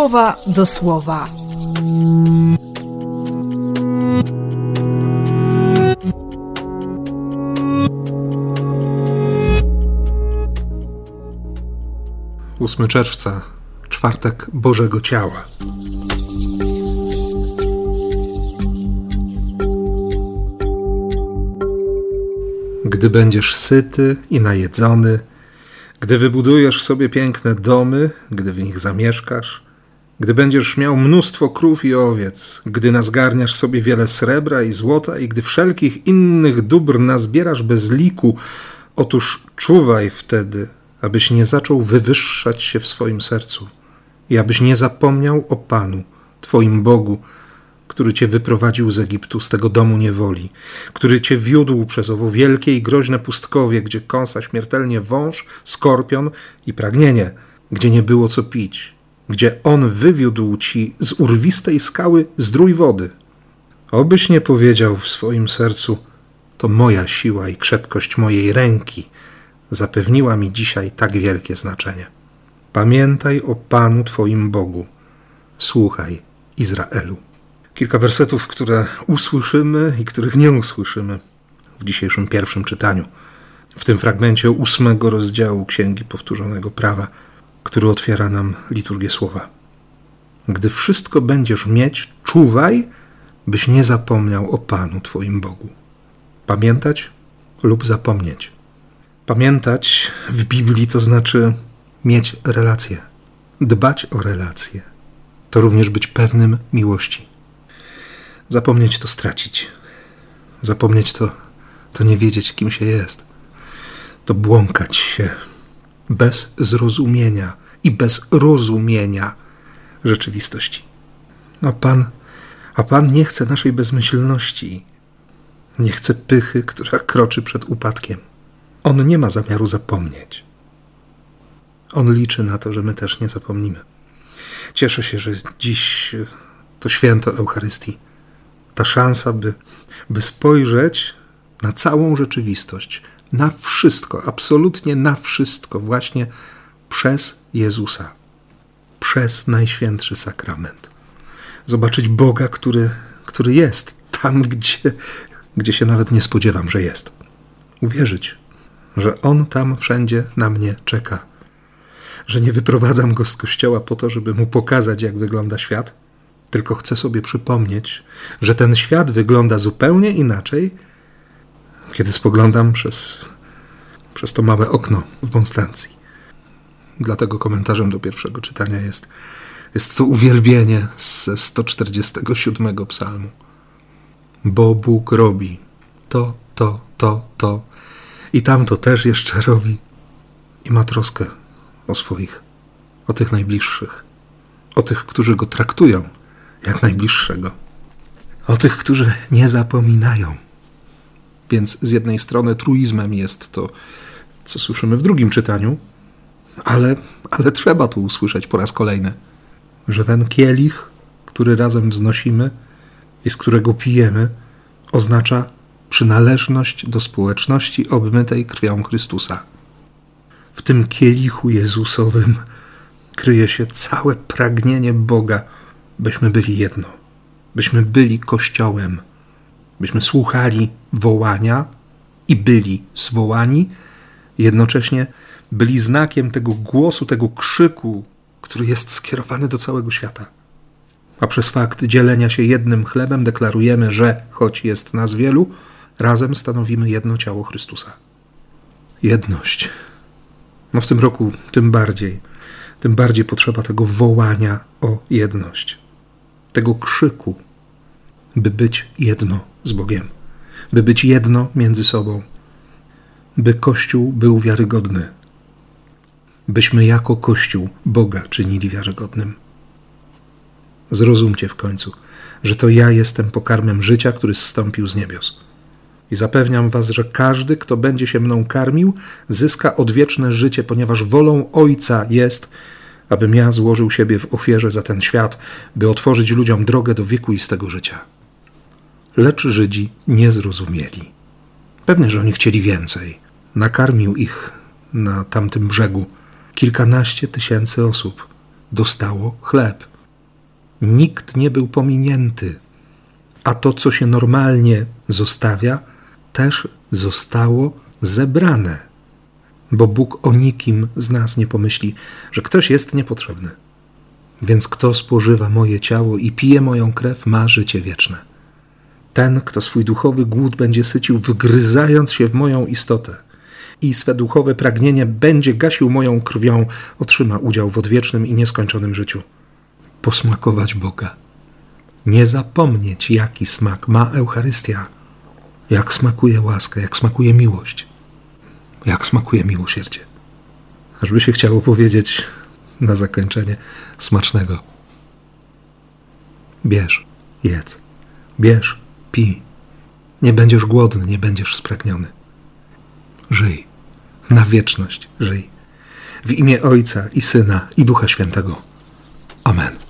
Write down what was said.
Słowa do słowa. Ósmy czerwca, czwartek Bożego Ciała. Gdy będziesz syty i najedzony, gdy wybudujesz sobie piękne domy, gdy w nich zamieszkasz, gdy będziesz miał mnóstwo krów i owiec, gdy nazgarniasz sobie wiele srebra i złota i gdy wszelkich innych dóbr nazbierasz bez liku, otóż czuwaj wtedy, abyś nie zaczął wywyższać się w swoim sercu i abyś nie zapomniał o Panu, Twoim Bogu, który Cię wyprowadził z Egiptu, z tego domu niewoli, który Cię wiódł przez owo wielkie i groźne pustkowie, gdzie kąsa śmiertelnie wąż, skorpion i pragnienie, gdzie nie było co pić, gdzie On wywiódł Ci z urwistej skały zdrój wody. Obyś nie powiedział w swoim sercu, to moja siła i krzepkość mojej ręki zapewniła mi dzisiaj tak wielkie znaczenie. Pamiętaj o Panu Twoim Bogu. Słuchaj, Izraelu. Kilka wersetów, które usłyszymy i których nie usłyszymy w dzisiejszym pierwszym czytaniu. W tym fragmencie 8 rozdziału Księgi Powtórzonego Prawa, który otwiera nam liturgię słowa. Gdy wszystko będziesz mieć, czuwaj, byś nie zapomniał o Panu Twoim Bogu. Pamiętać lub zapomnieć. Pamiętać w Biblii to znaczy mieć relacje, dbać o relacje. To również być pewnym miłości. Zapomnieć to stracić. Zapomnieć to nie wiedzieć, kim się jest. To błąkać się bez zrozumienia i bez rozumienia rzeczywistości. A Pan nie chce naszej bezmyślności. Nie chce pychy, która kroczy przed upadkiem. On nie ma zamiaru zapomnieć. On liczy na to, że my też nie zapomnimy. Cieszę się, że dziś to święto Eucharystii. Ta szansa, by spojrzeć na całą rzeczywistość, na wszystko, absolutnie na wszystko, właśnie przez Jezusa, przez Najświętszy Sakrament. Zobaczyć Boga, który jest tam, gdzie się nawet nie spodziewam, że jest. Uwierzyć, że On tam wszędzie na mnie czeka, że nie wyprowadzam Go z kościoła po to, żeby Mu pokazać, jak wygląda świat, tylko chcę sobie przypomnieć, że ten świat wygląda zupełnie inaczej, kiedy spoglądam przez to małe okno w Bonstancji. Dlatego komentarzem do pierwszego czytania jest to uwielbienie ze 147 psalmu. Bo Bóg robi to i tamto też jeszcze robi i ma troskę o swoich, o tych najbliższych, o tych, którzy Go traktują jak najbliższego, o tych, którzy nie zapominają. Więc z jednej strony truizmem jest to, co słyszymy w drugim czytaniu, ale trzeba to usłyszeć po raz kolejny, że ten kielich, który razem wznosimy i z którego pijemy, oznacza przynależność do społeczności obmytej krwią Chrystusa. W tym kielichu Jezusowym kryje się całe pragnienie Boga, byśmy byli jedno, byśmy byli Kościołem, byśmy słuchali wołania i byli zwołani, jednocześnie byli znakiem tego głosu, tego krzyku, który jest skierowany do całego świata. A przez fakt dzielenia się jednym chlebem deklarujemy, że choć jest nas wielu, razem stanowimy jedno ciało Chrystusa. Jedność. W tym roku tym bardziej potrzeba tego wołania o jedność. Tego krzyku, by być jedno z Bogiem, by być jedno między sobą, by Kościół był wiarygodny, byśmy jako Kościół Boga czynili wiarygodnym. Zrozumcie w końcu, że to ja jestem pokarmem życia, który zstąpił z niebios. I zapewniam was, że każdy, kto będzie się mną karmił, zyska odwieczne życie, ponieważ wolą Ojca jest, abym ja złożył siebie w ofierze za ten świat, by otworzyć ludziom drogę do wiekuistego życia. Lecz Żydzi nie zrozumieli. Pewnie, że oni chcieli więcej. Nakarmił ich na tamtym brzegu. Kilkanaście tysięcy osób dostało chleb. Nikt nie był pominięty, a to, co się normalnie zostawia, też zostało zebrane. Bo Bóg o nikim z nas nie pomyśli, że ktoś jest niepotrzebny. Więc kto spożywa moje ciało i pije moją krew, ma życie wieczne. Ten, kto swój duchowy głód będzie sycił, wygryzając się w moją istotę i swe duchowe pragnienie będzie gasił moją krwią, otrzyma udział w odwiecznym i nieskończonym życiu. Posmakować Boga. Nie zapomnieć, jaki smak ma Eucharystia. Jak smakuje łaska, jak smakuje miłość. Jak smakuje miłosierdzie. Ażby się chciało powiedzieć na zakończenie smacznego. Bierz, jedz. Bierz, pij. Nie będziesz głodny, nie będziesz spragniony. Żyj. Na wieczność żyj. W imię Ojca i Syna i Ducha Świętego. Amen.